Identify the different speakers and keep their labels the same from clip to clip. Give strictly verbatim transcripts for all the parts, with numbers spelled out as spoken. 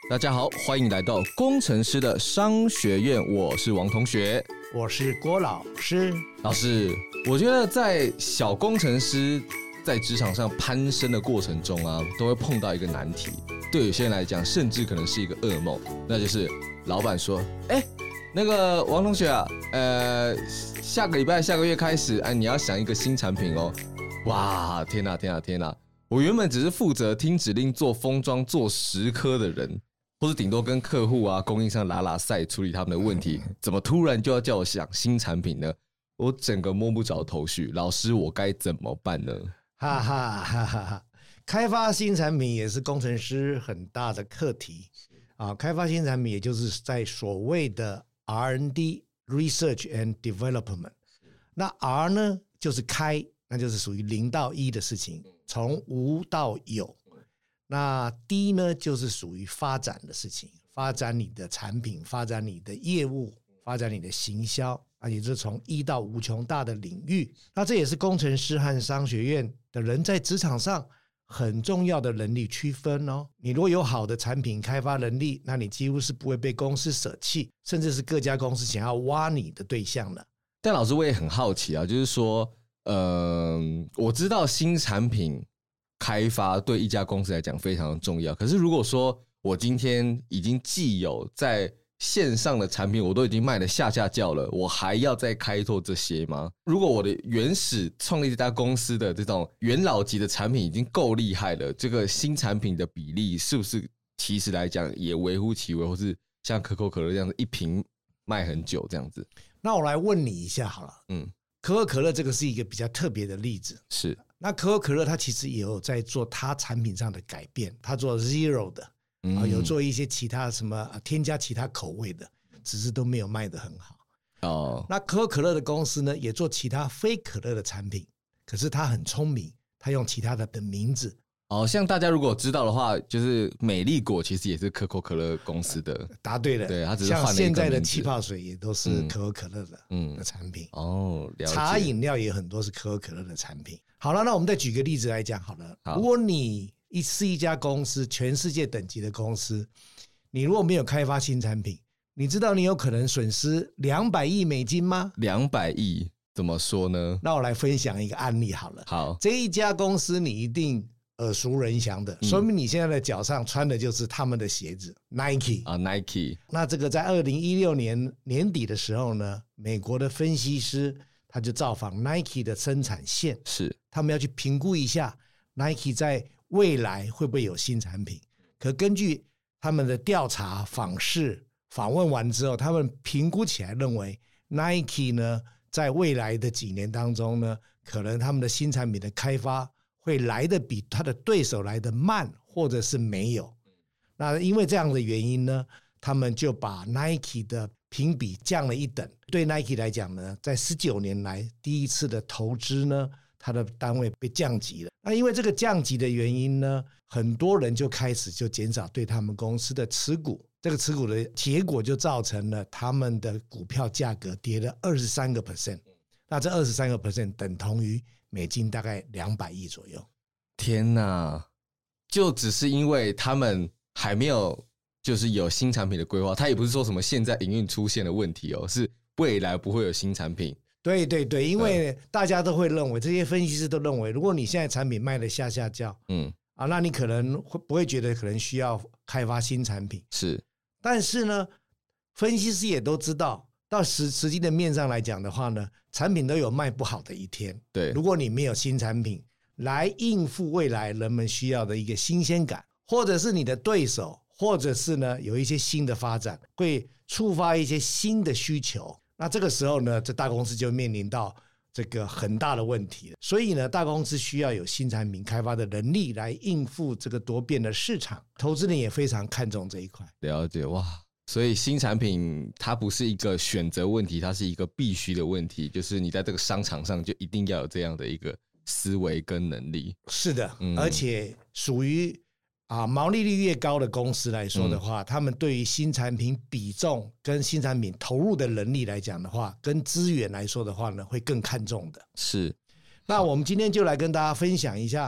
Speaker 1: 大家好，欢迎来到工程师的商学院，我是王同学，
Speaker 2: 我是郭老师。
Speaker 1: 老师，我觉得在小工程师在职场上攀升的过程中啊，都会碰到一个难题，对有些人来讲，甚至可能是一个噩梦，那就是老板说，哎，那个王同学啊，呃，下个礼拜、下个月开始，哎，你要想一个新产品哦。哇，天哪，天哪，天哪！我原本只是负责听指令、做封装、做实科的人，或是顶多跟客户啊、供应商拉拉赛，处理他们的问题，怎么突然就要叫我想新产品呢？我整个摸不着头绪，老师，我该怎么办呢？
Speaker 2: 哈哈哈哈哈！开发新产品也是工程师很大的课题啊。开发新产品，也就是在所谓的 R and D（Research and Development）。那 R 呢，就是开。那就是属于零到一的事情，从无到有。那 D 呢，就是属于发展的事情，发展你的产品，发展你的业务，发展你的行销，啊，也就是从一到无穷大的领域。那这也是工程师和商学院的人在职场上很重要的能力区分哦。你如果有好的产品开发能力，那你几乎是不会被公司舍弃，甚至是各家公司想要挖你的对象的。
Speaker 1: 但老师，我也很好奇啊，就是说。呃，我知道新产品开发对一家公司来讲非常重要，可是如果说我今天已经既有在线上的产品，我都已经卖得下下叫了，我还要再开拓这些吗？如果我的原始创立这家公司的这种元老级的产品已经够厉害了，这个新产品的比例是不是其实来讲也微乎其微，或是像可口可乐这样子一瓶卖很久这样子？
Speaker 2: 那我来问你一下好了，嗯。可口可乐这个是一个比较特别的例子，
Speaker 1: 是。
Speaker 2: 那可口可乐它其实也有在做它产品上的改变，它做 zero 的，嗯啊、有做一些其他什么添加其他口味的，只是都没有卖得很好。哦。那可口可乐的公司呢，也做其他非可乐的产品，可是它很聪明，它用其他的的名字。
Speaker 1: 哦，像大家如果知道的话，就是美丽果其实也是可口可乐公司的。
Speaker 2: 答对了，
Speaker 1: 对，它只是换了一个名字。
Speaker 2: 像现在的气泡水也都是可口可乐的、嗯、的产品。
Speaker 1: 哦，了解。
Speaker 2: 茶饮料也很多是可口可乐的产品。好了，那我们再举个例子来讲好了。好，如果你是一家公司，全世界等级的公司，你如果没有开发新产品，你知道你有可能损失两百亿美金吗？
Speaker 1: 两百亿怎么说呢？
Speaker 2: 那我来分享一个案例好了。
Speaker 1: 好，
Speaker 2: 这一家公司你一定耳熟能详的，说明你现在的脚上穿的就是他们的鞋子 Nike
Speaker 1: 啊 Nike。
Speaker 2: 那这个在二零一六年年底的时候呢，美国的分析师他就造访 Nike 的生产线，
Speaker 1: 是
Speaker 2: 他们要去评估一下 Nike 在未来会不会有新产品。可根据他们的调查访视访问完之后，他们评估起来认为 Nike 呢在未来的几年当中呢，可能他们的新产品的开发会来的比他的对手来的慢，或者是没有。那因为这样的原因呢，他们就把 Nike 的评比降了一等。对 Nike 来讲呢，在十九年来第一次的投资呢，它的单位被降级了。那因为这个降级的原因呢，很多人就开始就减少对他们公司的持股。这个持股的结果就造成了他们的股票价格跌了 百分之二十三。那这 百分之二十三 等同于美金大概两百亿左右。
Speaker 1: 天哪，就只是因为他们还没有就是有新产品的规划，他也不是说什么现在营运出现的问题哦，是未来不会有新产品。
Speaker 2: 对对对，因为大家都会认为，这些分析师都认为，如果你现在产品卖得下下叫，嗯啊，那你可能会不会觉得可能需要开发新产品？
Speaker 1: 是，
Speaker 2: 但是呢，分析师也都知道，到实实际的面上来讲的话呢，产品都有卖不好的一天。
Speaker 1: 对，
Speaker 2: 如果你没有新产品来应付未来人们需要的一个新鲜感，或者是你的对手，或者是呢有一些新的发展，会触发一些新的需求。那这个时候呢，这大公司就面临到这个很大的问题了。所以呢，大公司需要有新产品开发的能力来应付这个多变的市场。投资人也非常看重这一块。
Speaker 1: 了解，哇。所以新产品它不是一个选择问题，它是一个必须的问题，就是你在这个商场上就一定要有这样的一个思维跟能力。
Speaker 2: 是的，嗯、而且属于啊毛利率越高的公司来说的话，嗯、他们对于新产品比重跟新产品投入的能力来讲的话，跟资源来说的话呢，会更看重的。
Speaker 1: 是。
Speaker 2: 那我们今天就来跟大家分享一下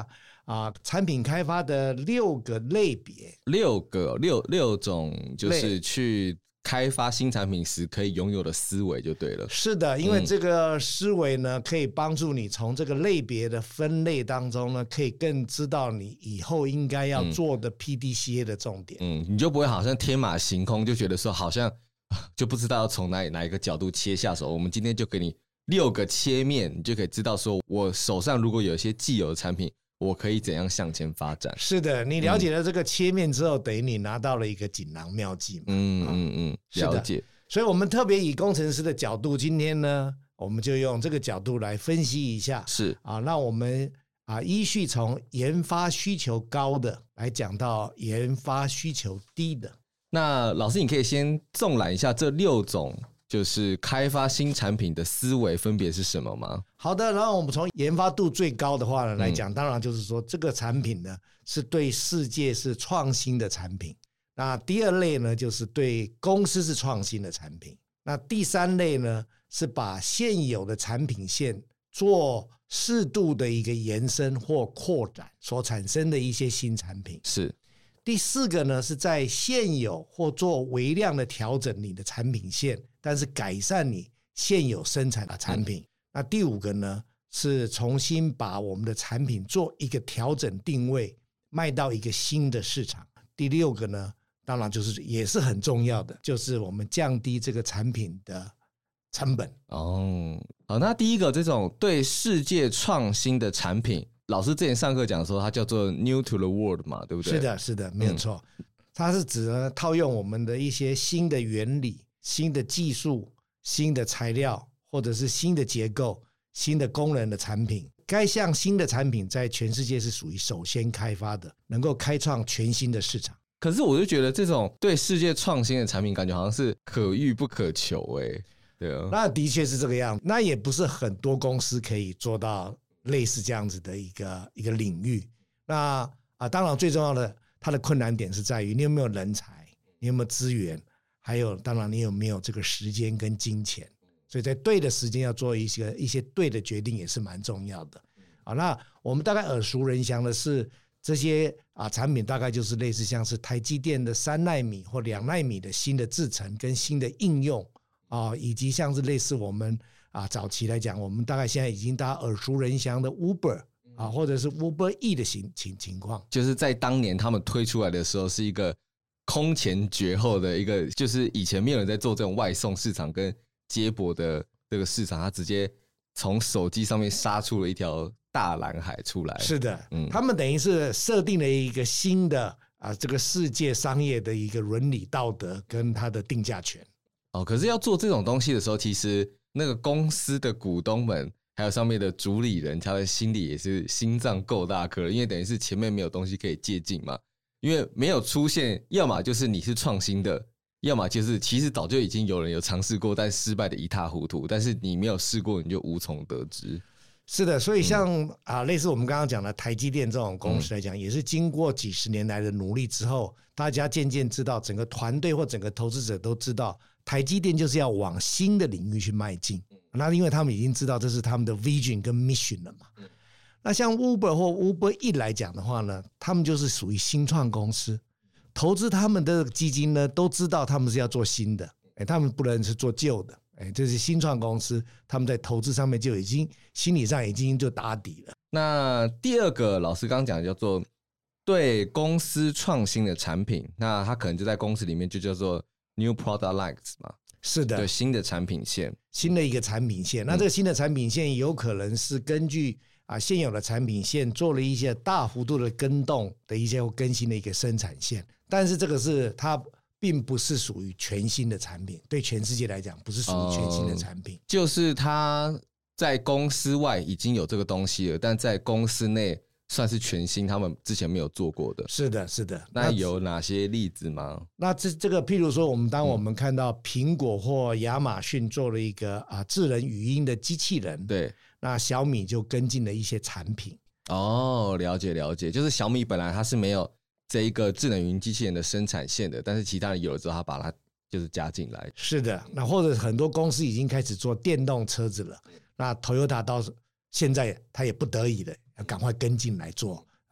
Speaker 2: 啊产品开发的六个类别，
Speaker 1: 六个六六种就是去开发新产品时可以拥有的思维就对了。
Speaker 2: 是的，因为这个思维呢，可以帮助你从这个类别的分类当中呢，可以更知道你以后应该要做的 P D C A 的重点。嗯，
Speaker 1: 你就不会好像天马行空，就觉得说好像就不知道要从哪哪一个角度切下手。我们今天就给你六个切面，你就可以知道说，我手上如果有一些既有的产品，我可以怎样向前发展。
Speaker 2: 是的，你了解了这个切面之后，嗯、等于你拿到了一个锦囊妙计嘛。
Speaker 1: 嗯嗯嗯，了解。
Speaker 2: 所以我们特别以工程师的角度，今天呢，我们就用这个角度来分析一下。
Speaker 1: 是
Speaker 2: 啊，那我们啊依序从研发需求高的来讲到研发需求低的。
Speaker 1: 那老师，你可以先纵览一下这六种就是开发新产品的思维分别是什么吗？
Speaker 2: 好的，然后我们从研发度最高的话呢来讲，当然就是说这个产品呢是对世界是创新的产品。那第二类呢，就是对公司是创新的产品。那第三类呢，是把现有的产品线做适度的一个延伸或扩展所产生的一些新产品。
Speaker 1: 是。
Speaker 2: 第四个呢，是在现有或做微量的调整你的产品线，但是改善你现有生产的产品。嗯、那第五个呢，是重新把我们的产品做一个调整定位，卖到一个新的市场。第六个呢，当然就是也是很重要的，就是我们降低这个产品的成本。
Speaker 1: 哦，好，那第一个这种对世界创新的产品，老师之前上课讲说它叫做 new to the world 嘛，对不对？
Speaker 2: 是的，是的，没有错。嗯、它是指呢套用我们的一些新的原理、新的技术、新的材料，或者是新的结构、新的功能的产品。该项新的产品在全世界是属于首先开发的，能够开创全新的市场。
Speaker 1: 可是我就觉得这种对世界创新的产品，感觉好像是可遇不可求哎、欸，对啊。
Speaker 2: 那的确是这个样子，那也不是很多公司可以做到类似这样子的一个一个领域。那啊，当然最重要的，它的困难点是在于你有没有人才，你有没有资源，还有当然你有没有这个时间跟金钱。所以在对的时间要做一些一些对的决定也是蛮重要的。啊，那我们大概耳熟能详的是。这些啊产品大概就是类似像是台积电的三奈米或两奈米的新的制程跟新的应用啊，以及像是类似我们啊早期来讲，我们大概现在已经大家耳熟能详的 Uber 啊，或者是 Uber E 的情情情况，
Speaker 1: 就是在当年他们推出来的时候是一个空前绝后的一个，就是以前没有人在做这种外送市场跟接驳的这个市场，他直接从手机上面杀出了一条大蓝海出来。
Speaker 2: 是的，嗯，他们等于是设定了一个新的啊，这个世界商业的一个伦理道德跟它的定价权。
Speaker 1: 哦，可是要做这种东西的时候，其实那个公司的股东们还有上面的主理人，他的心里也是心脏够大颗，因为等于是前面没有东西可以借鉴嘛，因为没有出现，要么就是你是创新的，要么就是其实早就已经有人有尝试过，但失败的一塌糊涂，但是你没有试过，你就无从得知。
Speaker 2: 是的，所以像、嗯、啊，类似我们刚刚讲的台积电这种公司来讲、嗯，也是经过几十年来的努力之后，大家渐渐知道，整个团队或整个投资者都知道，台积电就是要往新的领域去迈进。嗯、那因为他们已经知道这是他们的 vision 跟 mission 了嘛。嗯、那像 Uber 或 Uber E 来讲的话呢，他们就是属于新创公司，投资他们的基金呢，都知道他们是要做新的，哎，他们不能是做旧的。哎，这是新创公司，他们在投资上面就已经心理上已经就打底了。
Speaker 1: 那第二个老师刚刚讲的叫做对公司创新的产品，那它可能就在公司里面就叫做 new product lines 嘛。
Speaker 2: 是的，
Speaker 1: 对，新的产品线，
Speaker 2: 新的一个产品线。那这个新的产品线有可能是根据啊现有的产品线做了一些大幅度的更动的一些更新的一个生产线，但是这个是它。并不是属于全新的产品，对全世界来讲不是属于全新的产品、嗯、
Speaker 1: 就是它在公司外已经有这个东西了，但在公司内算是全新，他们之前没有做过的。
Speaker 2: 是的，是的。
Speaker 1: 那有哪些例子吗？
Speaker 2: 那这这个譬如说，我们当我们看到苹果或亚马逊做了一个啊智能语音的机器人，
Speaker 1: 对，
Speaker 2: 那小米就跟进了一些产品。
Speaker 1: 哦，了解了解，就是小米本来它是没有这一个智能语音机器人的生产线的，但是其他人有了之后，他把它就是加进来。
Speaker 2: 是的，那或者很多公司已经开始做电动车子了，那 Toyota 到现在他也不得已的要赶快跟进来做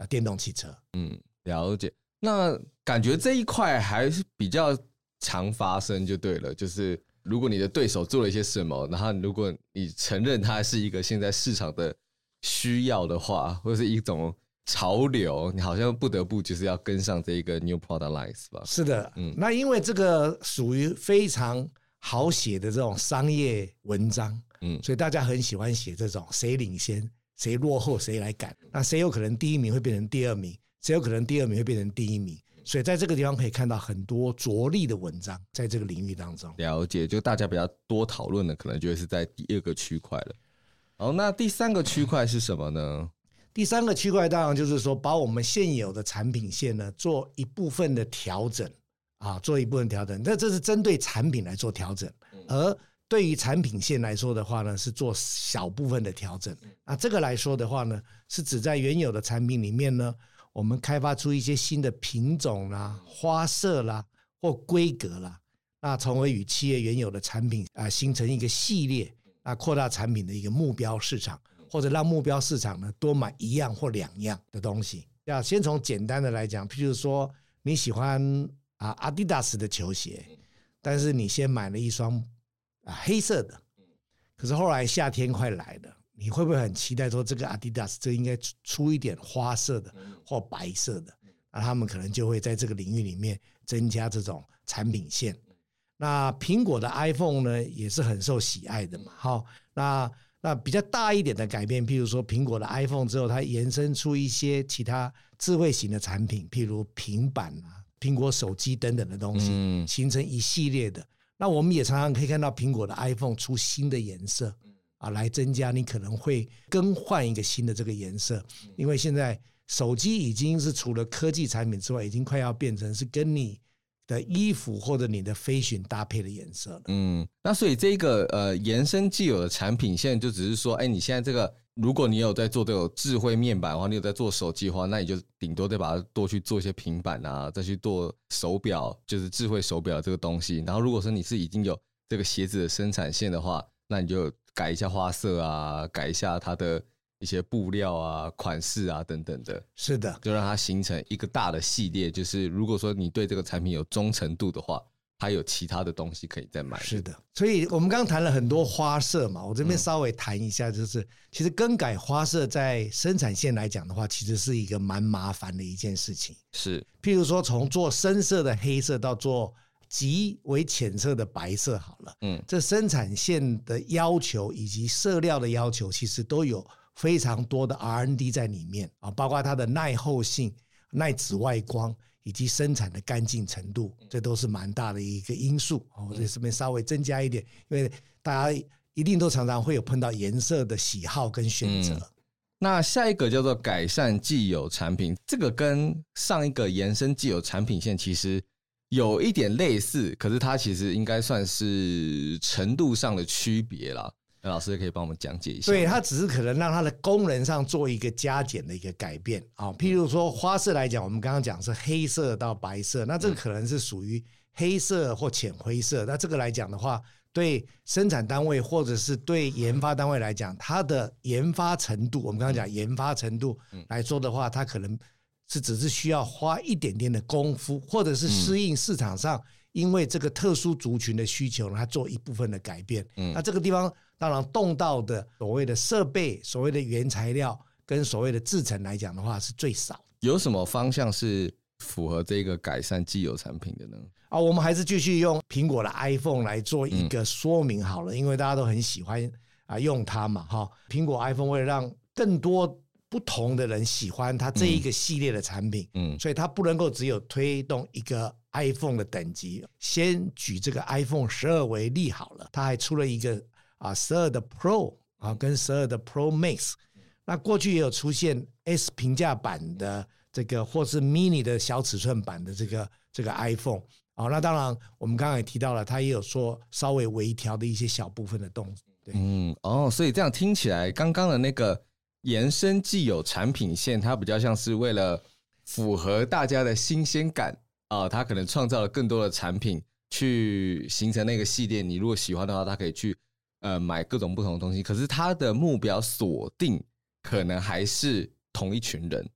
Speaker 2: 啊电动汽车。
Speaker 1: 嗯，了解。那感觉这一块还是比较常发生就对了，就是如果你的对手做了一些什么，然后如果你承认它是一个现在市场的需要的话，或者是一种潮流，你好像不得不就是要跟上这一个 new product lines 吧？
Speaker 2: 是的，嗯，那因为这个属于非常好写的这种商业文章，嗯，所以大家很喜欢写这种谁领先谁落后谁来赶，那谁有可能第一名会变成第二名，谁有可能第二名会变成第一名，所以在这个地方可以看到很多着力的文章在这个领域当中。
Speaker 1: 了解，就大家比较多讨论的可能就会是在第二个区块了。好，那第三个区块是什么呢？
Speaker 2: 第三个区块当然就是说把我们现有的产品线呢做一部分的调整啊，做一部分调整，那这是针对产品来做调整，而对于产品线来说的话呢，是做小部分的调整。那这个来说的话呢，是指在原有的产品里面呢，我们开发出一些新的品种啦、花色啦或规格啦，那从而与企业原有的产品啊形成一个系列，那扩大产品的一个目标市场，或者让目标市场呢多买一样或两样的东西。要先从简单的来讲，譬如说你喜欢啊 Adidas 的球鞋，但是你先买了一双啊黑色的，可是后来夏天快来了，你会不会很期待说这个 Adidas 这应该出一点花色的或白色的？那他们可能就会在这个领域里面增加这种产品线。那苹果的 iPhone 呢也是很受喜爱的嘛，好，那那比较大一点的改变，譬如说苹果的 iPhone 之后，它延伸出一些其他智慧型的产品，譬如平板啊、苹果手机等等的东西，嗯，形成一系列的。那我们也常常可以看到苹果的 iPhone 出新的颜色啊，来增加你可能会更换一个新的这个颜色，因为现在手机已经是除了科技产品之外，已经快要变成是跟你的衣服或者你的fashion搭配的颜色了。
Speaker 1: 嗯，那所以这个呃延伸既有的产品线，就只是说，哎，你现在这个，如果你有在做这种智慧面板的话，你有在做手机的话，那你就顶多再把它多去做一些平板啊，再去做手表，就是智慧手表这个东西。然后如果说你是已经有这个鞋子的生产线的话，那你就改一下花色啊，改一下它的一些布料啊、款式啊等等的。
Speaker 2: 是的，
Speaker 1: 就让它形成一个大的系列，就是如果说你对这个产品有忠诚度的话，还有其他的东西可以再买。
Speaker 2: 是的，所以我们刚刚谈了很多花色嘛，我这边稍微谈一下，就是、嗯、其实更改花色在生产线来讲的话，其实是一个蛮麻烦的一件事情。
Speaker 1: 是，
Speaker 2: 譬如说从做深色的黑色到做极为浅色的白色好了，嗯，这生产线的要求以及色料的要求，其实都有非常多的 R and D 在里面啊，包括它的耐候性、耐紫外光以及生产的干净程度，这都是蛮大的一个因素。我在这边稍微增加一点，因为大家一定都常常会有碰到颜色的喜好跟选择。嗯，
Speaker 1: 那下一个叫做改善既有产品，这个跟上一个延伸既有产品线其实有一点类似，可是它其实应该算是程度上的区别啦。那老师可以帮我们讲解一下。
Speaker 2: 对，它只是可能让它的功能上做一个加减的一个改变啊。譬如说花色来讲，我们刚刚讲是黑色到白色，那这个可能是属于黑色或浅灰色。那这个来讲的话，对生产单位或者是对研发单位来讲，它的研发程度，我们刚刚讲研发程度来说的话，它可能是只是需要花一点点的功夫，或者是适应市场上因为这个特殊族群的需求，它做一部分的改变。嗯，那这个地方当然动到的所谓的设备、所谓的原材料跟所谓的制程来讲的话是最少。
Speaker 1: 有什么方向是符合这个改善既有产品的呢？
Speaker 2: 啊，我们还是继续用苹果的 iPhone 来做一个说明好了，嗯，因为大家都很喜欢啊用它嘛，哈。苹果 iPhone 为了让更多不同的人喜欢它这一个系列的产品，嗯，所以它不能够只有推动一个 iPhone 的等级。先举这个 iPhone 十二为例好了，它还出了一个啊十二的 Pro 啊跟十二的 Pro Max， 那过去也有出现 S 平价版的这个或是 mini 的小尺寸版的这个这个 iPhone。哦，那当然我们刚刚也提到了，它也有说稍微微调的一些小部分的动作。对，
Speaker 1: 嗯，哦，所以这样听起来，刚刚的那个延伸既有产品线，它比较像是为了符合大家的新鲜感啊，它可能创造了更多的产品去形成那个系列。你如果喜欢的话，它可以去呃买各种不同的东西，可是它的目标锁定可能还是同一群人。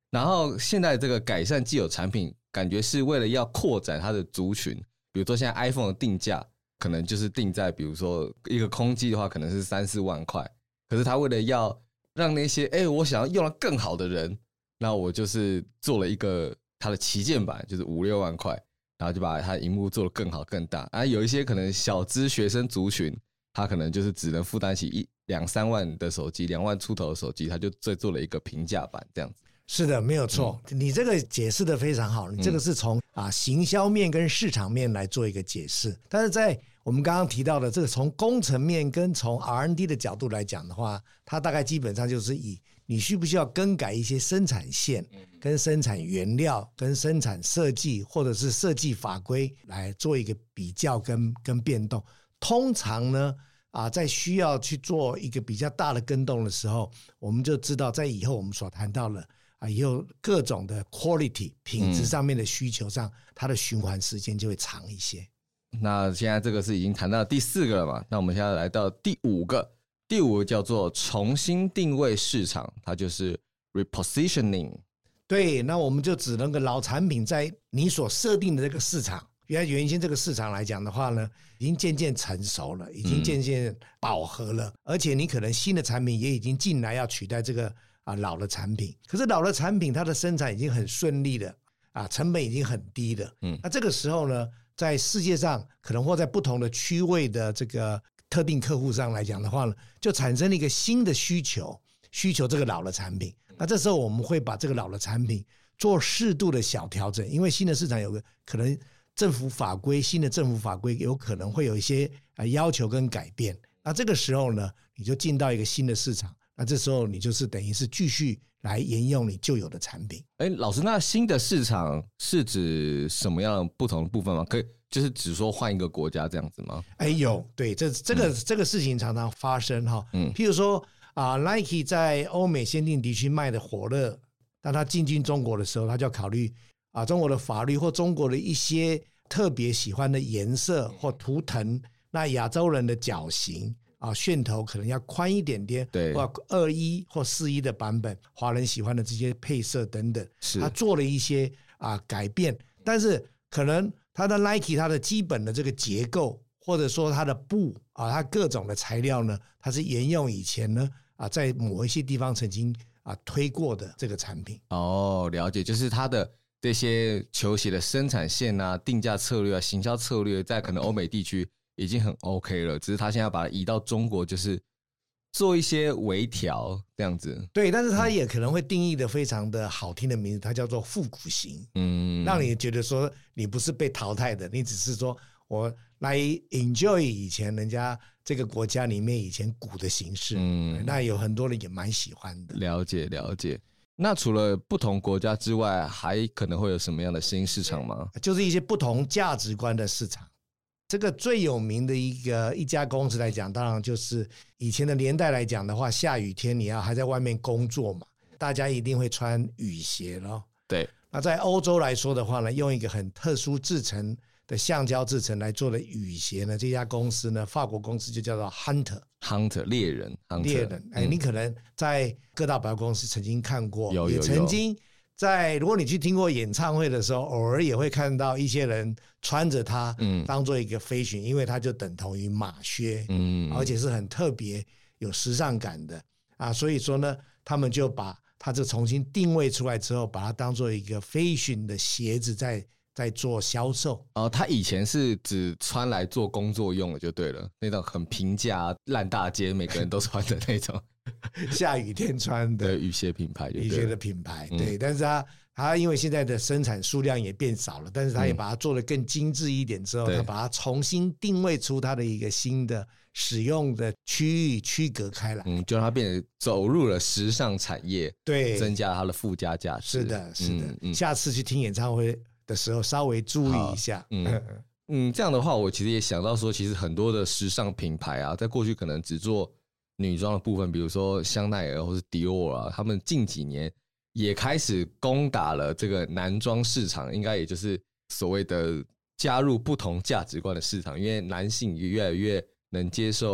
Speaker 1: 然后现在这个改善既有产品，感觉是为了要扩展它的族群。比如说现在 iPhone 的定价可能就是定在，比如说一个空机的话可能是三四万块，可是他为了要让那些哎、欸、我想要用到更好的人，那我就是做了一个它的旗舰版，就是五六万块，然后就把它的萤幕做得更好更大。啊，有一些可能小资学生族群，他可能就是只能负担起一两三万的手机，两万出头的手机，他就再做了一个平价版这样子。
Speaker 2: 是的，没有错、嗯、你这个解释的非常好，你这个是从、嗯、啊行销面跟市场面来做一个解释。但是在我们刚刚提到的这个从工程面跟从 R and D 的角度来讲的话，它大概基本上就是以你需不需要更改一些生产线跟生产原料跟生产设计或者是设计法规来做一个比较跟跟变动。通常呢啊，在需要去做一个比较大的更动的时候，我们就知道在以后我们所谈到的啊，以后各种的 quality 品质上面的需求上、嗯、它的循环时间就会长一些。
Speaker 1: 那现在这个是已经谈到第四个了嘛？那我们现在来到第五个，第五个叫做重新定位市场，它就是 repositioning。
Speaker 2: 对，那我们就指那个老产品在你所设定的这个市场，原来原先这个市场来讲的话呢，已经渐渐成熟了，已经渐渐饱和了、嗯、而且你可能新的产品也已经进来要取代这个啊老的产品，可是老的产品它的生产已经很顺利了啊，成本已经很低了。嗯，那这个时候呢，在世界上可能或在不同的区位的这个特定客户上来讲的话呢，就产生了一个新的需求，需求这个老的产品。那这时候我们会把这个老的产品做适度的小调整，因为新的市场有个可能政府法规，新的政府法规有可能会有一些要求跟改变。那这个时候呢，你就进到一个新的市场，那这时候你就是等于是继续来沿用你旧有的产品。
Speaker 1: 哎，老师，那新的市场是指什么样不同的部分吗？可以就是只说换一个国家这样子吗？
Speaker 2: 哎，有，对，这这个、嗯、这个事情常常发生哈。嗯，譬如说啊 ，Nike 在欧美先进地区卖的火热，当他进军中国的时候，他就要考虑啊中国的法律或中国的一些特别喜欢的颜色或图腾，那亚洲人的脚型啊，楦头可能要宽一点点，
Speaker 1: 对，
Speaker 2: 或二一或四一的版本，华人喜欢的这些配色等等，
Speaker 1: 是
Speaker 2: 他做了一些啊改变，但是可能他的 Nike 它的基本的这个结构，或者说它的布啊，它各种的材料呢，它是沿用以前呢啊在某一些地方曾经啊推过的这个产品。
Speaker 1: 哦，了解，就是它的这些球鞋的生产线啊、定价策略啊、行销策略，在可能欧美地区已经很 OK 了，只是他现在把它移到中国，就是做一些微调这样子。
Speaker 2: 对，但是他也可能会定义的非常的好听的名字，它叫做复古型，嗯，让你觉得说你不是被淘汰的，你只是说我来 enjoy 以前人家这个国家里面以前古的形式，嗯，那有很多人也蛮喜欢的。
Speaker 1: 了解了解。那除了不同国家之外，还可能会有什么样的新市场吗？
Speaker 2: 就是一些不同价值观的市场。这个最有名的一个一家公司来讲，当然就是以前的年代来讲的话，下雨天你要还在外面工作嘛，大家一定会穿雨鞋咯。
Speaker 1: 对。
Speaker 2: 那在欧洲来说的话呢，用一个很特殊制成的橡胶制成来做的雨鞋呢，这家公司呢，法国公司就叫做 Hunter
Speaker 1: Hunter 猎人 Hunter,
Speaker 2: 猎人。哎、嗯，你可能在各大百货公司曾经看过，
Speaker 1: 有有有，
Speaker 2: 也曾经在如果你去听过演唱会的时候，偶尔也会看到一些人穿着它当做一个飞行、嗯、因为它就等同于马靴，嗯，而且是很特别有时尚感的啊，所以说呢，他们就把它这重新定位出来之后，把它当做一个飞行的鞋子在在做销售。
Speaker 1: 哦，他以前是只穿来做工作用的就对了，那种很平价烂大街每个人都穿的那种
Speaker 2: 下雨天穿的
Speaker 1: 雨鞋品牌就对了，
Speaker 2: 雨鞋的品牌，对、嗯、但是他他因为现在的生产数量也变少了，但是他也把它做得更精致一点之后、嗯、他把它重新定位出它的一个新的使用的区域区隔开来，
Speaker 1: 嗯，就让它变成走入了时尚产业，
Speaker 2: 对，
Speaker 1: 增加它的附加价值。
Speaker 2: 是的是的、嗯嗯、下次去听演唱会的时候稍微注意一下。
Speaker 1: 嗯嗯，这样的话我其实也想到说，其实很多的时尚品牌啊，在过去可能只做女装的部分，比如说香奈儿或是迪奥啊，他们近几年也开始攻打了这个男装市场，应该也就是所谓的加入不同价值观的市场，因为男性也越来越能接受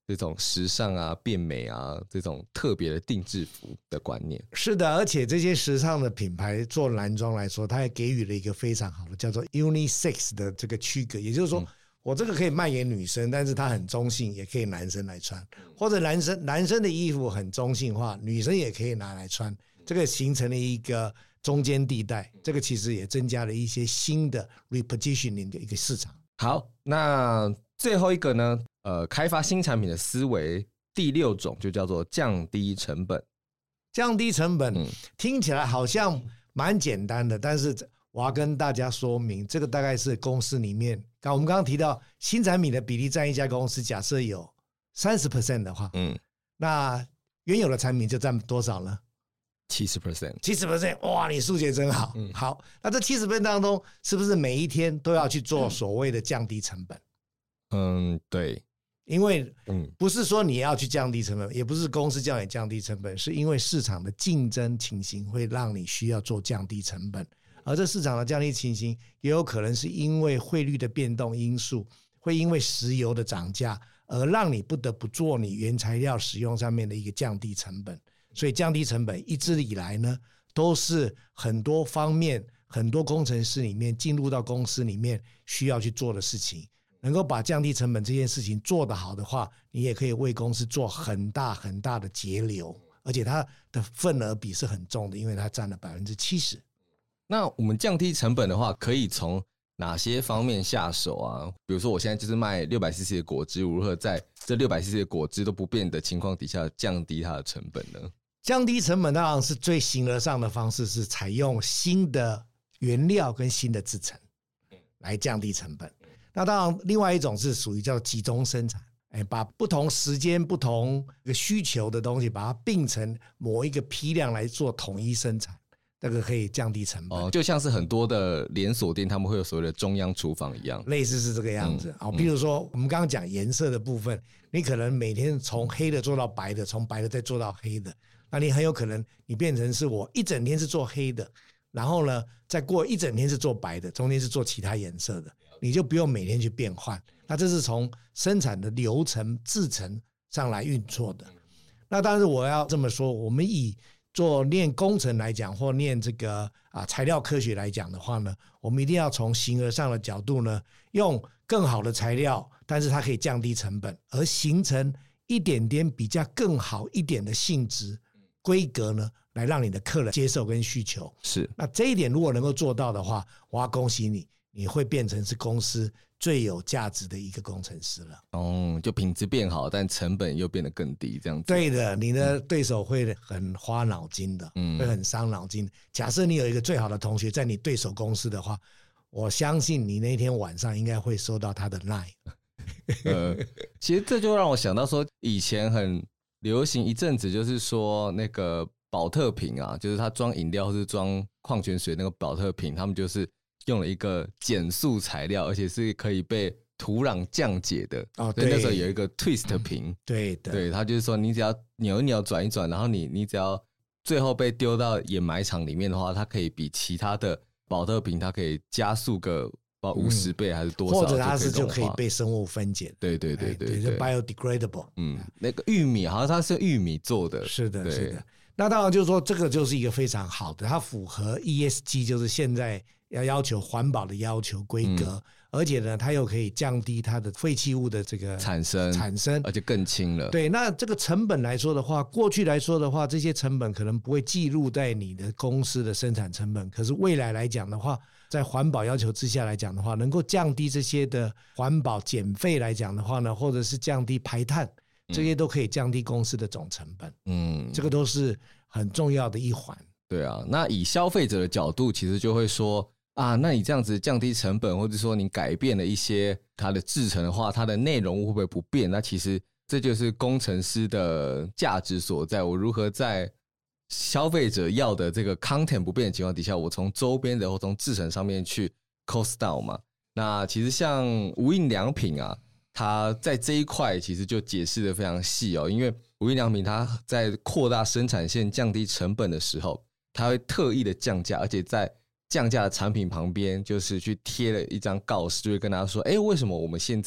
Speaker 1: 这种时尚啊、变美啊这种特别的定制服的观念。
Speaker 2: 是的，而且这些时尚的品牌做男装来说，它也给予了一个非常好的叫做 unisex 的这个区隔，也就是说。嗯我这个可以卖给女生，但是它很中性，也可以男生来穿，或者男生男生的衣服很中性化，女生也可以拿来穿，这个形成了一个中间地带，这个其实也增加了一些新的 repositioning 的一个市场。
Speaker 1: 好，那最后一个呢，呃，开发新产品的思维，第六种就叫做降低成本。
Speaker 2: 降低成本、嗯、听起来好像蛮简单的，但是我要跟大家说明，这个大概是公司里面，我们刚刚提到新产品的比例占一家公司，假设有 百分之三十 的话，嗯，那原有的产品就占多少呢？
Speaker 1: 百分之七十
Speaker 2: 七十 哇，你数学真好。嗯、好，那这 百分之七十 当中，是不是每一天都要去做所谓的降低成本？
Speaker 1: 嗯，对。
Speaker 2: 因为不是说你要去降低成本，也不是公司叫你降低成本，是因为市场的竞争情形会让你需要做降低成本。而这市场的降低情形也有可能是因为汇率的变动因素，会因为石油的涨价而让你不得不做你原材料使用上面的一个降低成本。所以降低成本一直以来呢，都是很多方面很多工程师里面进入到公司里面需要去做的事情。能够把降低成本这件事情做得好的话，你也可以为公司做很大很大的节流，而且它的份额比是很重的，因为它占了 百分之七十。
Speaker 1: 那我们降低成本的话，可以从哪些方面下手啊？比如说我现在就是卖 六百C C 的果汁，如何在这 六百C C 的果汁都不变的情况底下降低它的成本呢？
Speaker 2: 降低成本当然是最形而上的方式，是采用新的原料跟新的制程来降低成本。那当然另外一种是属于叫集中生产，把不同时间不同需求的东西把它并成某一个批量来做统一生产，这个可以降低成本。
Speaker 1: 哦，就像是很多的连锁店他们会有所谓的中央厨房一样，
Speaker 2: 类似是这个样子。嗯，比如说我们刚刚讲颜色的部分，你可能每天从黑的做到白的，从白的再做到黑的，那你很有可能你变成是我一整天是做黑的，然后呢再过一整天是做白的，中间是做其他颜色的，你就不用每天去变换。那这是从生产的流程制程上来运作的。那当然我要这么说，我们以做念工程来讲，或念这个啊材料科学来讲的话呢，我们一定要从形而上的角度呢，用更好的材料，但是它可以降低成本，而形成一点点比较更好一点的性质规格呢，来让你的客人接受跟需求。
Speaker 1: 是，
Speaker 2: 那这一点如果能够做到的话，我要恭喜你，你会变成是公司最有价值的一个工程师了。
Speaker 1: 哦，就品质变好，但成本又变得更低，这样子。
Speaker 2: 对的，你的对手会很花脑筋的，嗯，会很伤脑筋。假设你有一个最好的同学在你对手公司的话，我相信你那天晚上应该会收到他的 line。
Speaker 1: 呃，其实这就让我想到说，以前很流行一阵子，就是说那个保特瓶啊，就是它装饮料或是装矿泉水那个保特瓶，他们就是用了一个减塑材料，而且是可以被土壤降解的。哦，对，那时候有一个 twist 瓶，嗯，
Speaker 2: 对的，
Speaker 1: 对，它就是说你只要扭一扭、转一转，然后你你只要最后被丢到掩埋场里面的话，它可以比其他的保特瓶它可以加速个五十倍还是多少，
Speaker 2: 或者它是就可以被生物分解。
Speaker 1: 对对对对，
Speaker 2: 对， biodegradable。
Speaker 1: 嗯，那个玉米好像它是玉米做的。
Speaker 2: 是的，是的。那当然就是说，这个就是一个非常好的，它符合 E S G， 就是现在要要求环保的要求规格，嗯，而且呢，它又可以降低它的废弃物的这个
Speaker 1: 产生
Speaker 2: 产生，
Speaker 1: 而且更轻了。
Speaker 2: 对，那这个成本来说的话，过去来说的话，这些成本可能不会记录在你的公司的生产成本，可是未来来讲的话，在环保要求之下来讲的话，能够降低这些的环保减费来讲的话呢，或者是降低排碳，这些都可以降低公司的总成本。嗯，这个都是很重要的一环。
Speaker 1: 对啊，那以消费者的角度，其实就会说啊，那你这样子降低成本，或者说你改变了一些它的制程的话，它的内容物会不会不变？那其实这就是工程师的价值所在。我如何在消费者要的这个 content 不变的情况底下，我从周边的或从制程上面去 cost down 嘛？那其实像无印良品啊，它在这一块其实就解释的非常细哦，因为无印良品它在扩大生产线、降低成本的时候，它会特意的降价，而且在降价的产品旁边就是去贴了一张告示，就会跟大家说，哎，为什么我们现在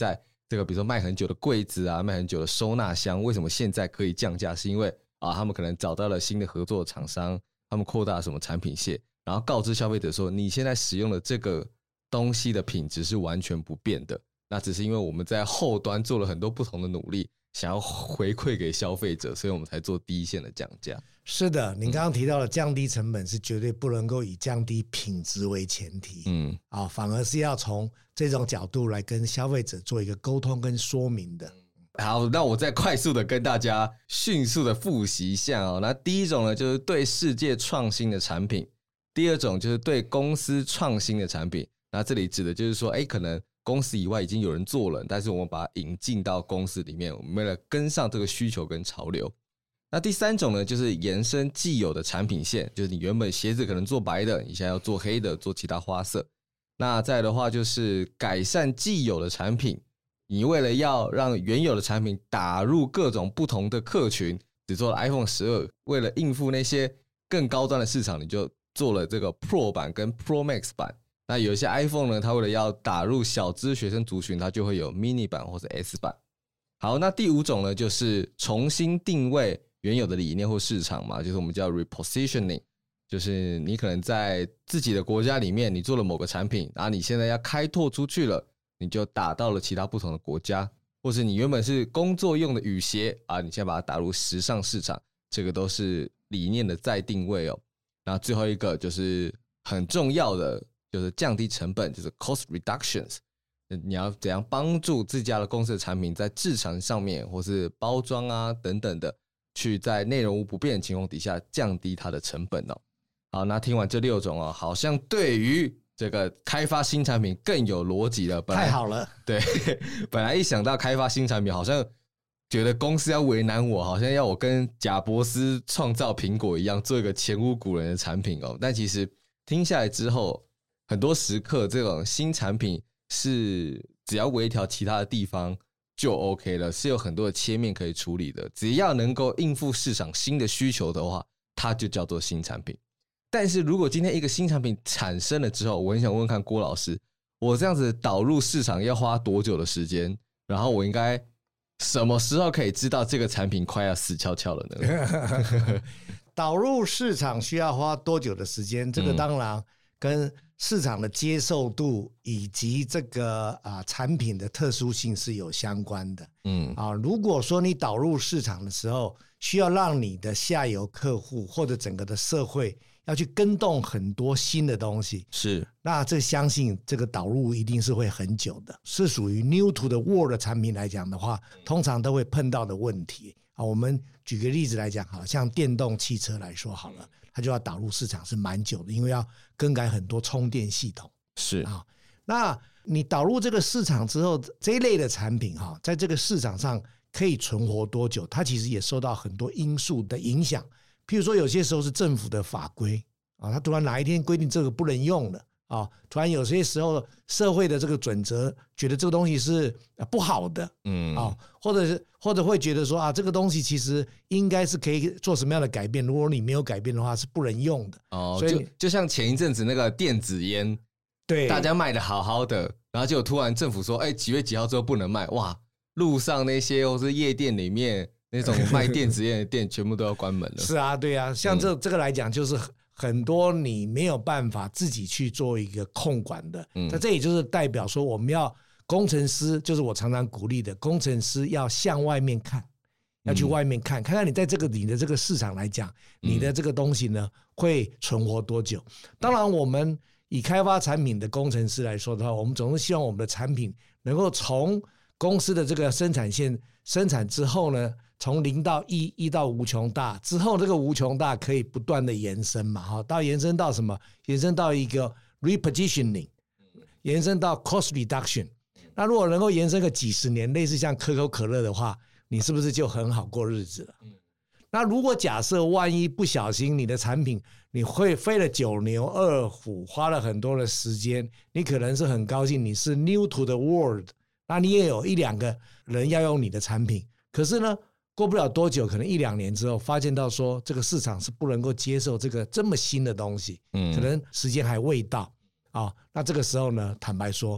Speaker 1: 这个比如说卖很久的柜子啊，卖很久的收纳箱，为什么现在可以降价？是因为啊，他们可能找到了新的合作厂商，他们扩大什么产品线，然后告知消费者说，你现在使用的这个东西的品质是完全不变的，那只是因为我们在后端做了很多不同的努力，想要回馈给消费者，所以我们才做第一线的降价。
Speaker 2: 是的，您刚刚提到的降低成本是绝对不能够以降低品质为前提，嗯，啊，反而是要从这种角度来跟消费者做一个沟通跟说明的。
Speaker 1: 好，那我再快速的跟大家迅速的复习一下哦。那第一种呢，就是对世界创新的产品；第二种就是对公司创新的产品。那这里指的就是说，哎，可能公司以外已经有人做了，但是我们把它引进到公司里面，我们为了跟上这个需求跟潮流。那第三种呢，就是延伸既有的产品线，就是你原本鞋子可能做白的，你现在要做黑的，做其他花色。那再来的话，就是改善既有的产品，你为了要让原有的产品打入各种不同的客群，只做了 iPhone 十二，为了应付那些更高端的市场，你就做了这个 Pro 版跟 Pro Max 版。那有一些 iPhone 呢，它为了要打入小资学生族群，它就会有 Mini 版或者 S 版。好，那第五种呢，就是重新定位原有的理念或市场嘛，就是我们叫 repositioning， 就是你可能在自己的国家里面，你做了某个产品，然后你现在要开拓出去了，你就打到了其他不同的国家，或是你原本是工作用的雨鞋啊，你现在把它打入时尚市场，这个都是理念的再定位哦。然后最后一个就是很重要的，就是降低成本，就是 cost reductions。你要怎样帮助自家的公司的产品在制成上面，或是包装啊等等的，去在内容物不变的情况底下降低它的成本哦。好，那听完这六种哦，好像对于这个开发新产品更有逻辑了。
Speaker 2: 太好了，
Speaker 1: 对，本来一想到开发新产品，好像觉得公司要为难我，好像要我跟贾伯斯创造苹果一样，做一个前无古人的产品哦。但其实听下来之后，很多时刻这种新产品是只要微调其他的地方就 OK 了，是有很多的切面可以处理的。只要能够应付市场新的需求的话，它就叫做新产品。但是如果今天一个新产品产生了之后，我很想问问看郭老师，我这样子导入市场要花多久的时间？然后我应该什么时候可以知道这个产品快要死翘翘了呢？
Speaker 2: 导入市场需要花多久的时间？这个当然跟市场的接受度以及这个啊产品的特殊性是有相关的。嗯啊，如果说你导入市场的时候，需要让你的下游客户或者整个的社会要去跟动很多新的东西，
Speaker 1: 是，
Speaker 2: 那这相信这个导入一定是会很久的，是属于 new to the world 的产品来讲的话，通常都会碰到的问题。啊，我们举个例子来讲，好像电动汽车来说好了，它就要导入市场是蛮久的，因为要更改很多充电系统。
Speaker 1: 是
Speaker 2: 啊，那你导入这个市场之后，这一类的产品哈，在这个市场上可以存活多久？它其实也受到很多因素的影响。譬如说，有些时候是政府的法规啊，它突然哪一天规定这个不能用了啊，突然有些时候社会的这个准则觉得这个东西是不好的，嗯啊，或者是或者会觉得说啊，这个东西其实应该是可以做什么样的改变，如果你没有改变的话是不能用的。
Speaker 1: 哦，所以 就, 就像前一阵子那个电子烟，
Speaker 2: 对，
Speaker 1: 大家卖的好好的，然后结果突然政府说，哎，几月几号之后不能卖，哇，路上那些或是夜店里面那种卖电子烟的店全部都要关门了。
Speaker 2: 是啊，对啊，像这、嗯、这个来讲，就是很多你没有办法自己去做一个控管的。嗯，那这也就是代表说，我们要工程师，就是我常常鼓励的，工程师要向外面看，要去外面看，嗯、看看你在这个你的这个市场来讲，你的这个东西呢、嗯、会存活多久。当然，我们以开发产品的工程师来说的话，我们总是希望我们的产品能够从公司的这个生产线生产之后呢，从零到一，一到无穷大之后，这个无穷大可以不断的延伸嘛，哈，到延伸到什么？延伸到一个 repositioning， 延伸到 cost reduction。那如果能够延伸个几十年，类似像可口可乐的话，你是不是就很好过日子了？那如果假设万一不小心你的产品你会费了九牛二虎，花了很多的时间，你可能是很高兴你是 new to the world， 那你也有一两个人要用你的产品，可是呢过不了多久，可能一两年之后发现到说这个市场是不能够接受这个这么新的东西，嗯，可能时间还未到啊。那这个时候呢，坦白说，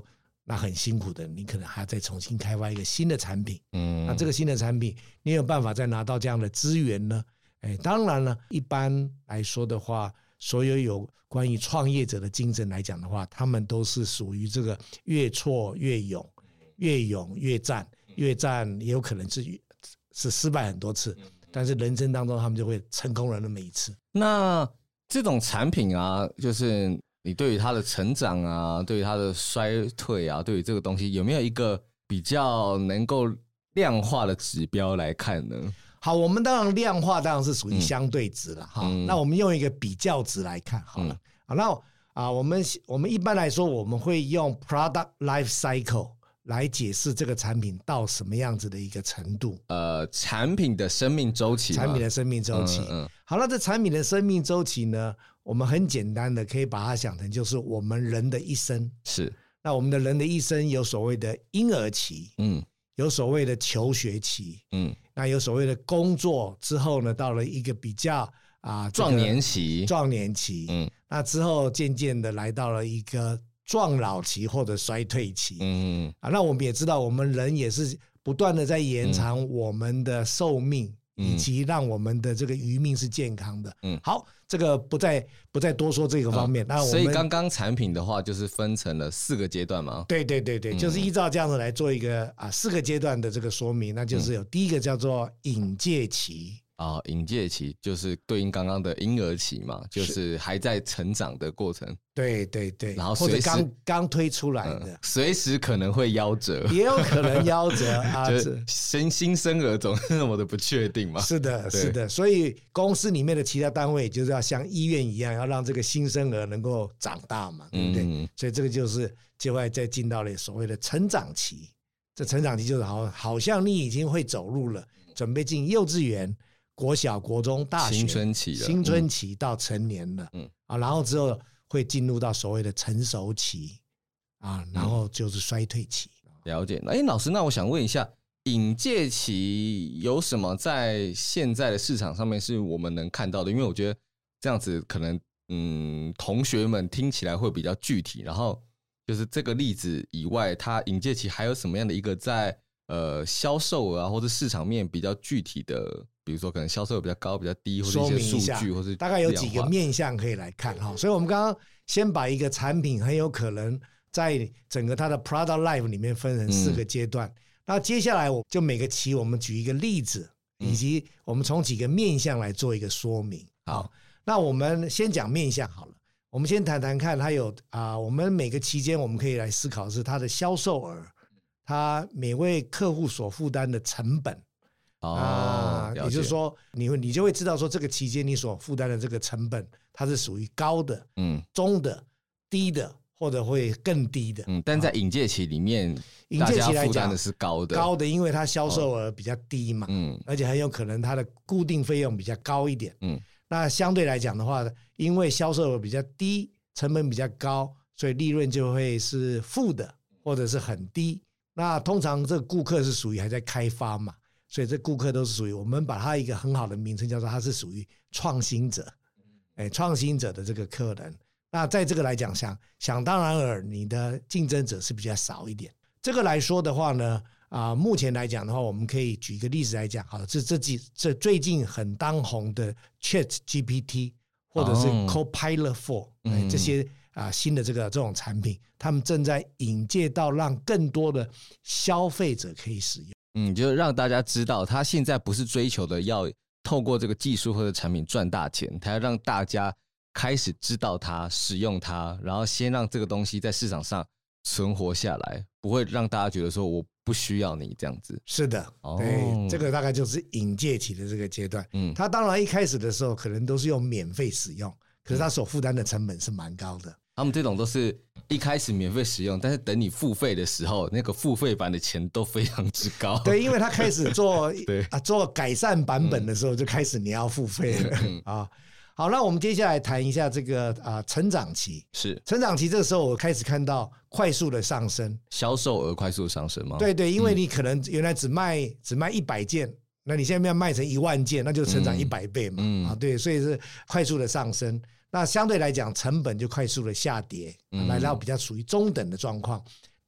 Speaker 2: 那很辛苦的，你可能还要再重新开发一个新的产品。
Speaker 1: 嗯，
Speaker 2: 那这个新的产品，你有办法再拿到这样的资源呢？哎，当然了，一般来说的话，所有有关于创业者的精神来讲的话，他们都是属于这个越挫越勇，越勇越战，越战也有可能是是失败很多次，但是人生当中他们就会成功了那么一次。
Speaker 1: 那这种产品啊，就是你对于它的成长啊，对于它的衰退啊，对于这个东西有没有一个比较能够量化的指标来看呢？
Speaker 2: 好，我们当然量化当然是属于相对值了哈、嗯。那我们用一个比较值来看好了。嗯、好，那啊，我们我们一般来说我们会用 product life cycle 来解释这个产品到什么样子的一个程度。
Speaker 1: 呃，产品的生命周期，
Speaker 2: 产品的生命周期。嗯嗯、好，那这产品的生命周期呢，我们很简单的可以把它想成就是我们人的一生。
Speaker 1: 是。那
Speaker 2: 我们的人的一生有所谓的婴儿期，嗯。有所谓的求学期，嗯，那有所谓的工作之后呢，到了一个比较啊、
Speaker 1: 这个、壮年期，
Speaker 2: 壮年期，嗯，那之后渐渐的来到了一个壮老期或者衰退期，嗯啊，那我们也知道，我们人也是不断的在延长我们的寿命，嗯、以及让我们的这个余命是健康的，嗯，好。这个不再不再多说这个方面，那、
Speaker 1: 嗯、所以刚刚产品的话就是分成了四个阶段嘛？
Speaker 2: 对对对对，嗯、就是依照这样子来做一个啊四个阶段的这个说明，那就是有第一个叫做引介期。
Speaker 1: 啊、哦，引介期就是对应刚刚的婴儿期嘛，就是还在成长的过程。
Speaker 2: 对对对，
Speaker 1: 然后
Speaker 2: 或者刚刚推出来的，
Speaker 1: 随、嗯、时可能会夭折，
Speaker 2: 也有可能夭折啊。
Speaker 1: 就是新新生儿总是那么的不确定嘛。
Speaker 2: 是的，是的，所以公司里面的其他单位就是要像医院一样，要让这个新生儿能够长大嘛，对不对？嗯、所以这个就是就会再进到了所谓的成长期。这成长期就是好，好像你已经会走路了，准备进幼稚园。国小、国中、大学，
Speaker 1: 青春期了，
Speaker 2: 青春期到成年了，嗯啊，然后之后会进入到所谓的成熟期啊，然后就是衰退期。
Speaker 1: 了解。哎，老师，那我想问一下，引介期有什么在现在的市场上面是我们能看到的？因为我觉得这样子可能，嗯，同学们听起来会比较具体。然后就是这个例子以外，它引介期还有什么样的一个在呃销售额啊，或者市场面比较具体的？比如说可能销售额比较高比较低，或者一些数据，或是
Speaker 2: 大概有几个面向可以来看哈。所以我们刚刚先把一个产品很有可能在整个它的 product life 里面分成四个阶段，嗯、那接下来我就每个期我们举一个例子，以及我们从几个面向来做一个说明。好，那我们先讲面向好了，我们先谈谈看它有啊、呃，我们每个期间我们可以来思考的是它的销售额，它每位客户所负担的成本。
Speaker 1: 哦、
Speaker 2: 啊，也就是说，你会你就会知道说，这个期间你所负担的这个成本，它是属于高的、嗯、中的、低的，或者会更低的。
Speaker 1: 嗯，但在引介期里面，
Speaker 2: 引介期来讲
Speaker 1: 的是高的，
Speaker 2: 高的，因为它销售额比较低嘛，嗯，而且很有可能它的固定费用比较高一点，嗯，那相对来讲的话，因为销售额比较低，成本比较高，所以利润就会是负的，或者是很低。那通常这个顾客是属于还在开发嘛。所以这顾客都是属于我们把它一个很好的名称叫做它是属于创新者，哎，创新者的这个客人。那在这个来讲想想当然尔，你的竞争者是比较少一点。这个来说的话呢，啊、呃，目前来讲的话，我们可以举一个例子来讲，好了，这这几这最近很当红的 Chat G P T 或者是 Copilot 四、哦哎、这些啊、呃、新的这个这种产品，他们正在引介到让更多的消费者可以使用。
Speaker 1: 嗯，就是让大家知道，他现在不是追求的要透过这个技术或者产品赚大钱，他要让大家开始知道它、使用它，然后先让这个东西在市场上存活下来，不会让大家觉得说我不需要你这样子。
Speaker 2: 是的，哦、对，这个大概就是引介期的这个阶段。嗯，他当然一开始的时候可能都是用免费使用，可是他所负担的成本是蛮高的。
Speaker 1: 他们这种都是一开始免费使用，但是等你付费的时候，那个付费版的钱都非常之高。
Speaker 2: 对，因为他开始做对啊做改善版本的时候，就开始你要付费了、嗯、啊。好，那我们接下来谈一下这个啊成长期。
Speaker 1: 是成
Speaker 2: 长期，这个时候我开始看到快速的上升，
Speaker 1: 销售额快速上升吗？
Speaker 2: 对对，因为你可能原来只卖、嗯、只卖一百件，那你现在要卖成一万件，那就成长一百倍嘛、嗯、啊，对，所以是快速的上升。那相对来讲，成本就快速的下跌，来到比较属于中等的状况。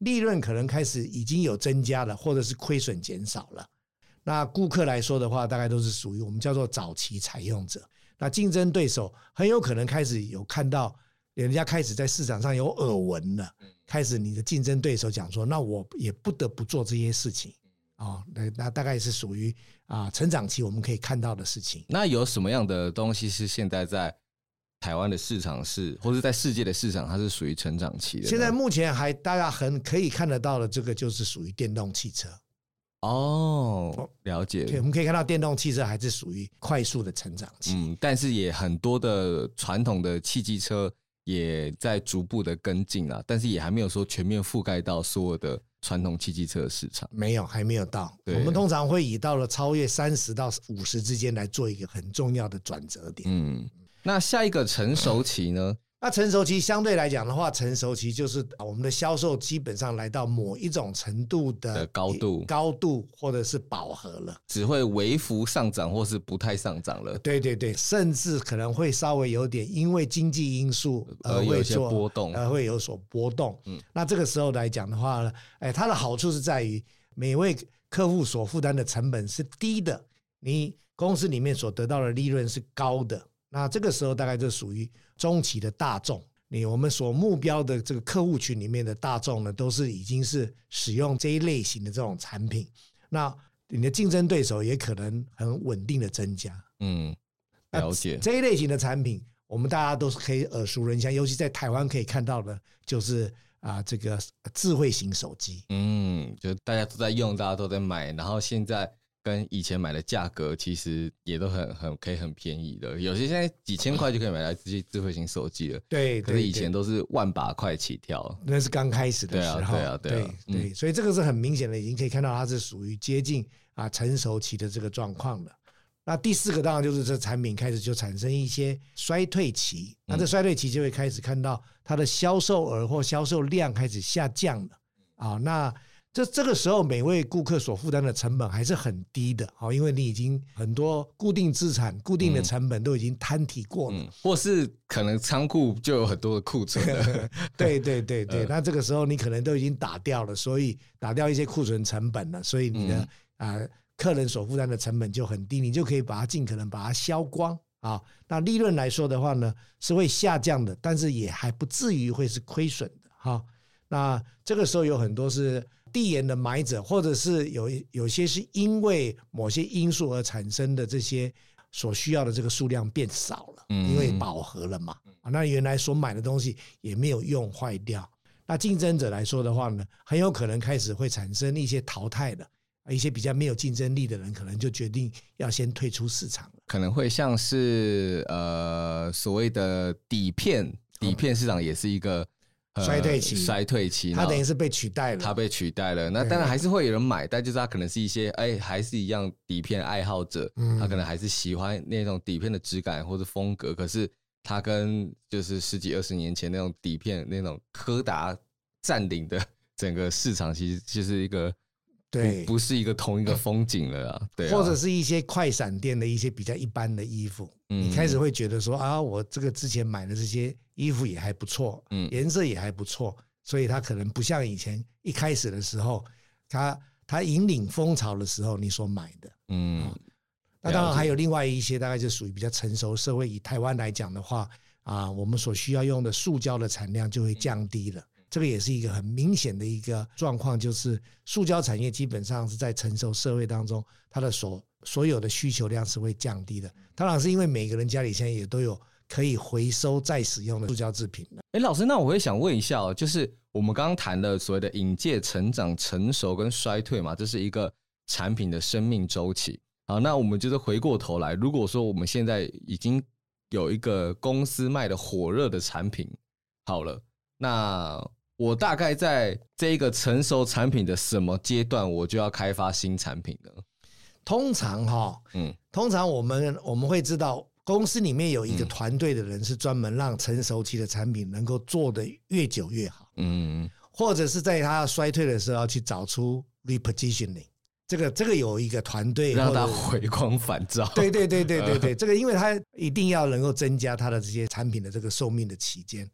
Speaker 2: 利润可能开始已经有增加了，或者是亏损减少了。那顾客来说的话，大概都是属于我们叫做早期采用者。那竞争对手很有可能开始有看到人家开始在市场上有耳闻了，开始你的竞争对手讲说，那我也不得不做这些事情。哦，那大概是属于啊成长期我们可以看到的事情。
Speaker 1: 那有什么样的东西是现在在台湾的市场是，或者在世界的市场它是属于成长期的？
Speaker 2: 现在目前还大家很可以看得到的，这个就是属于电动汽车。
Speaker 1: 哦，了解。
Speaker 2: 对，我们可以看到电动汽车还是属于快速的成长期。
Speaker 1: 嗯，但是也很多的传统的汽机车也在逐步的跟进啦，但是也还没有说全面覆盖到所有的传统汽机车的市场。
Speaker 2: 没有，还没有到。我们通常会以到了超越三十到五十之间来做一个很重要的转折点。
Speaker 1: 嗯，那下一个成熟期呢？
Speaker 2: 那成熟期相对来讲的话，成熟期就是我们的销售基本上来到某一种程度的
Speaker 1: 高度，
Speaker 2: 高度或者是饱和了，
Speaker 1: 只会微幅上涨或是不太上涨了。
Speaker 2: 对对对，甚至可能会稍微有点因为经济因素而会
Speaker 1: 有一些波动，
Speaker 2: 而会有所波动。嗯，那这个时候来讲的话呢，哎，它的好处是在于每位客户所负担的成本是低的，你公司里面所得到的利润是高的。那这个时候大概就属于中期的大众，你我们所目标的这个客户群里面的大众呢，都是已经是使用这一类型的这种产品，那你的竞争对手也可能很稳定的增加。
Speaker 1: 嗯，了解。
Speaker 2: 这一类型的产品，我们大家都是可以耳熟能详，尤其在台湾可以看到的，就是啊这个智慧型手机。
Speaker 1: 嗯，就大家都在用，大家都在买，然后现在跟以前买的价格其实也都很很可以很便宜的，有些现在几千块就可以买来这些智慧型手机了。
Speaker 2: 对，
Speaker 1: 可是以前都是万把块起跳，
Speaker 2: 那是刚开始的时候。
Speaker 1: 对啊，对啊，对啊，
Speaker 2: 对对、嗯，所以这个是很明显的，已经可以看到它是属于接近啊成熟期的这个状况了。那第四个当然就是这产品开始就产生一些衰退期，那这衰退期就会开始看到它的销售额或销售量开始下降了啊。那这这个时候每位顾客所负担的成本还是很低的，因为你已经很多固定资产固定的成本都已经摊提过了、嗯、
Speaker 1: 或是可能仓库就有很多的库存了
Speaker 2: 对对对对、呃、那这个时候你可能都已经打掉了，所以打掉一些库存成本了，所以你的、嗯呃、客人所负担的成本就很低，你就可以把它尽可能把它销光啊。那利润来说的话呢是会下降的，但是也还不至于会是亏损的哈。那这个时候有很多是递延的买者，或者是有有些是因为某些因素而产生的这些所需要的这个数量变少了，因为饱和了嘛。那原来所买的东西也没有用坏掉。那竞争者来说的话呢，很有可能开始会产生一些淘汰的，一些比较没有竞争力的人可能就决定要先退出市场了。
Speaker 1: 可能会像是呃所谓的底片，底片市场也是一个。
Speaker 2: 呃、衰退期，
Speaker 1: 衰退期，
Speaker 2: 它等于是被取代了，
Speaker 1: 它被取代了。那当然还是会有人买，但就是他可能是一些哎，还是一样底片爱好者、嗯，他可能还是喜欢那种底片的质感或者风格。可是他跟就是十几二十年前那种底片那种柯达占领的整个市场，其实就是一个对，不是一个同一个风景了啊。对啊，
Speaker 2: 或者是一些快闪店的一些比较一般的衣服，嗯、你开始会觉得说啊，我这个之前买的这些衣服也还不错，嗯，颜色也还不错，所以它可能不像以前一开始的时候，它它引领风潮的时候你所买的，嗯。哦、那当然还有另外一些，大概就属于比较成熟社会。以台湾来讲的话，啊，我们所需要用的塑胶的产量就会降低了。这个也是一个很明显的一个状况，就是塑胶产业基本上是在成熟社会当中，它的所所有的需求量是会降低的。当然是因为每个人家里现在也都有可以回收再使用的塑胶制品了。
Speaker 1: 哎，老师，那我会想问一下哦，就是我们刚刚谈的所谓的引介、成长、成熟跟衰退嘛，这是一个产品的生命周期。好，那我们就是回过头来，如果说我们现在已经有一个公司卖的火热的产品，好了，那我大概在这个成熟产品的什么阶段，我就要开发新产品呢？
Speaker 2: 通常哈，嗯，通常我们我们会知道，公司里面有一个团队的人是专门让成熟期的产品能够做得越久越好，嗯，或者是在它衰退的时候要去找出 repositioning。这个这个有一个团队
Speaker 1: 让它回光返照，
Speaker 2: 对对对对对对，这个因为它一定要能够增加它的这些产品的这个寿命的期间。
Speaker 1: 是，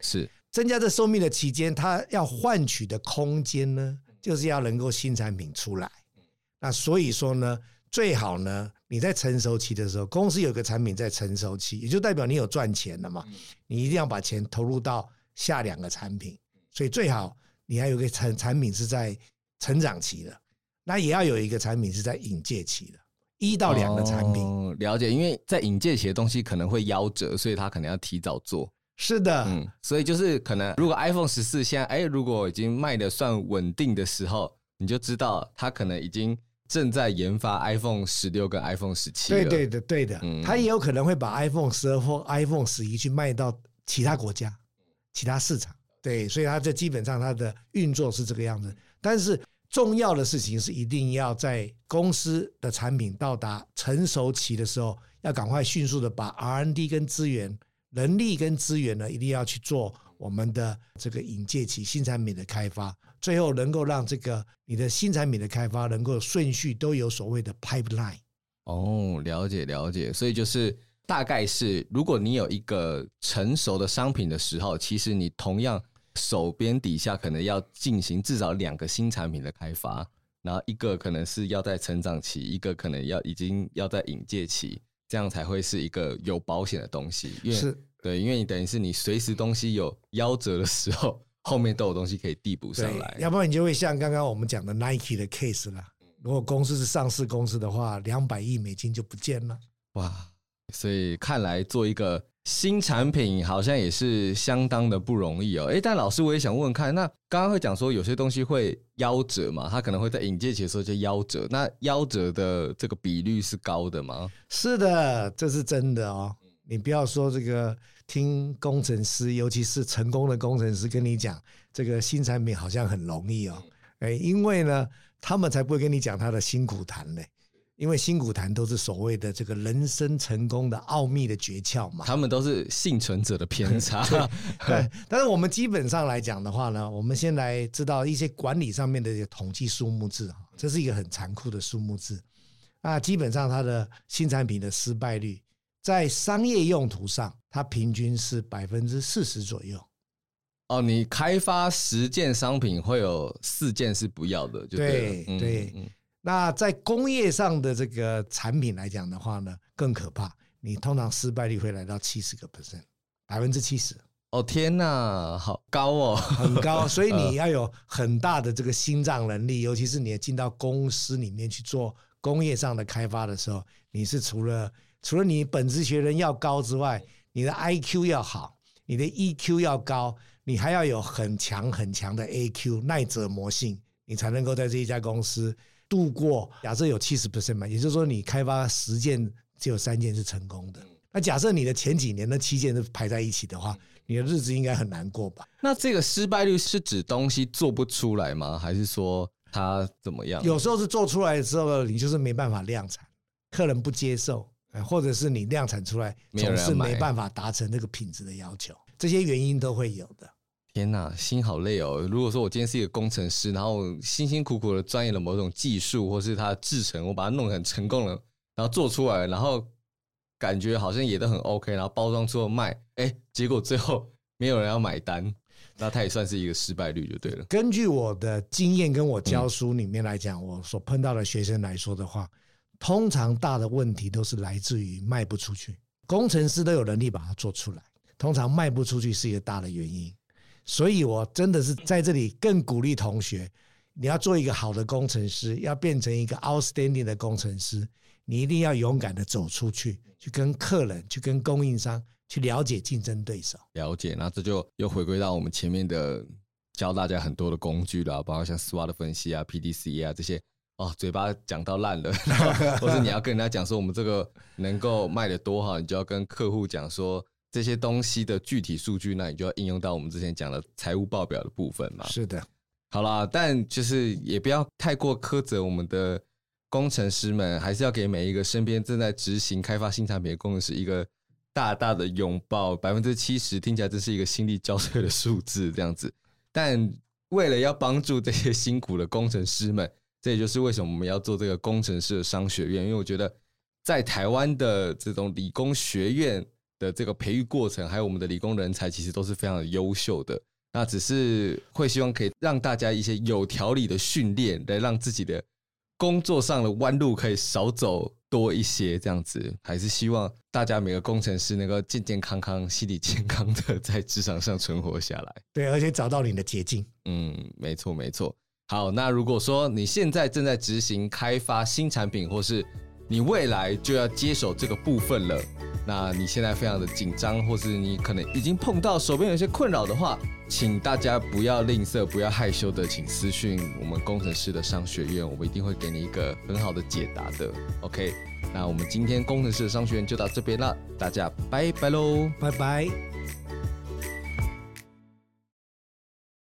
Speaker 2: 增加这寿命的期间，它要换取的空间呢，就是要能够新产品出来。那所以说呢，最好呢，你在成熟期的时候，公司有个产品在成熟期，也就代表你有赚钱了嘛，你一定要把钱投入到下两个产品。所以最好你还有一个产产品是在成长期的，那也要有一个产品是在引介期的，一到两个产品。
Speaker 1: 哦，了解，因为在引介期的东西可能会夭折，所以他可能要提早做。
Speaker 2: 是的，
Speaker 1: 嗯，所以就是可能如果 iPhone 十四现在哎，如果已经卖的算稳定的时候，你就知道它可能已经正在研发 iPhone 十六跟 iPhone 十七了。
Speaker 2: 对对的，对的，嗯，它也有可能会把 iPhone 十二或 iPhone 十一去卖到其他国家、其他市场。对，所以它这基本上它的运作是这个样子。但是重要的事情是一定要在公司的产品到达成熟期的时候，要赶快迅速的把 R and D 跟资源、人力跟资源呢，一定要去做我们的这个引介期新产品的开发，最后能够让这个你的新产品的开发能够顺序都有所谓的 pipeline。
Speaker 1: 哦，了解了解，所以就是大概是，如果你有一个成熟的商品的时候，其实你同样手边底下可能要进行至少两个新产品的开发，然后一个可能是要在成长期，一个可能要已经要在引介期，这样才会是一个有保险的东西。因为
Speaker 2: 是，
Speaker 1: 对，因为你等于是你随时东西有夭折的时候，后面都有东西可以递补上来，
Speaker 2: 要不然你就会像刚刚我们讲的 Nike 的 case 啦。如果公司是上市公司的话，两百亿美金就不见了。
Speaker 1: 哇，所以看来做一个新产品好像也是相当的不容易哦。诶，但老师我也想问问看，那刚刚会讲说有些东西会夭折嘛，它可能会在引介期的时候就夭折，那夭折的这个比率是高的吗？
Speaker 2: 是的，这是真的哦。你不要说这个，听工程师，尤其是成功的工程师跟你讲，这个新产品好像很容易哦。诶，因为呢，他们才不会跟你讲他的辛苦谈呢。因为辛苦谈都是所谓的这个人生成功的奥秘的诀窍嘛，
Speaker 1: 他们都是幸存者的偏差。
Speaker 2: 对, 对，但是我们基本上来讲的话呢，我们先来知道一些管理上面的统计数目字，这是一个很残酷的数目字。那基本上它的新产品的失败率，在商业用途上，它平均是百分之四十左右。
Speaker 1: 哦，你开发十件商品，会有四件是不要的，就对了。
Speaker 2: 对、嗯、对。嗯，那在工业上的这个产品来讲的话呢，更可怕，你通常失败率会来到七十个 percent， 百分之七十。
Speaker 1: 哦天哪，好高哦，
Speaker 2: 很高，所以你要有很大的这个心脏能力，尤其是你进到公司里面去做工业上的开发的时候，你是除了除了你本职学能要高之外，你的 I Q 要好，你的 E Q 要高，你还要有很强很强的 A Q 耐折磨性，你才能够在这一家公司度过。假设有 百分之七十 嘛，也就是说你开发十件只有三件是成功的。那假设你的前几年的七件都排在一起的话，你的日子应该很难过吧？
Speaker 1: 那这个失败率是指东西做不出来吗？还是说它怎么样？
Speaker 2: 有时候是做出来的时候，你就是没办法量产，客人不接受，或者是你量产出来总是没办法达成这个品质的要求，这些原因都会有的。
Speaker 1: 天哪，心好累哦！如果说我今天是一个工程师，然后辛辛苦苦的钻研了某种技术，或是它的制程，我把它弄得很成功了，然后做出来，然后感觉好像也都很 OK， 然后包装之后卖，哎，结果最后没有人要买单，那它也算是一个失败率就对了。
Speaker 2: 根据我的经验跟我教书里面来讲，嗯、我所碰到的学生来说的话，通常大的问题都是来自于卖不出去。工程师都有能力把它做出来，通常卖不出去是一个大的原因。所以我真的是在这里更鼓励同学，你要做一个好的工程师，要变成一个 outstanding 的工程师，你一定要勇敢的走出去，去跟客人，去跟供应商，去了解竞争对手。
Speaker 1: 了解，那这就又回归到我们前面的教大家很多的工具啦，包括像 S W O T 分析啊、P D C A 啊这些。哦，嘴巴讲到烂了，然后或是你要跟人家讲说我们这个能够卖得多好，你就要跟客户讲说这些东西的具体数据，那你就要应用到我们之前讲的财务报表的部分嘛。
Speaker 2: 是的，
Speaker 1: 好啦，但就是也不要太过苛责我们的工程师们，还是要给每一个身边正在执行开发新产品的工程师一个大大的拥抱。百分之七十听起来真是一个心力交瘁的数字，这样子。但为了要帮助这些辛苦的工程师们，这也就是为什么我们要做这个工程师的商学院，因为我觉得在台湾的这种理工学院的这个培育过程，还有我们的理工人才，其实都是非常的优秀的。那只是会希望可以让大家一些有条理的训练，来让自己的工作上的弯路可以少走多一些，这样子还是希望大家每个工程师能够健健康康、心理健康的在职场上存活下来。
Speaker 2: 对，而且找到你的捷径。
Speaker 1: 嗯，没错没错。好，那如果说你现在正在执行开发新产品，或是你未来就要接手这个部分了，那你现在非常的紧张，或是你可能已经碰到手边有一些困扰的话，请大家不要吝啬，不要害羞的，请私讯我们工程师的商学院，我们一定会给你一个很好的解答的。OK， 那我们今天工程师的商学院就到这边了，大家拜拜喽，
Speaker 2: 拜拜。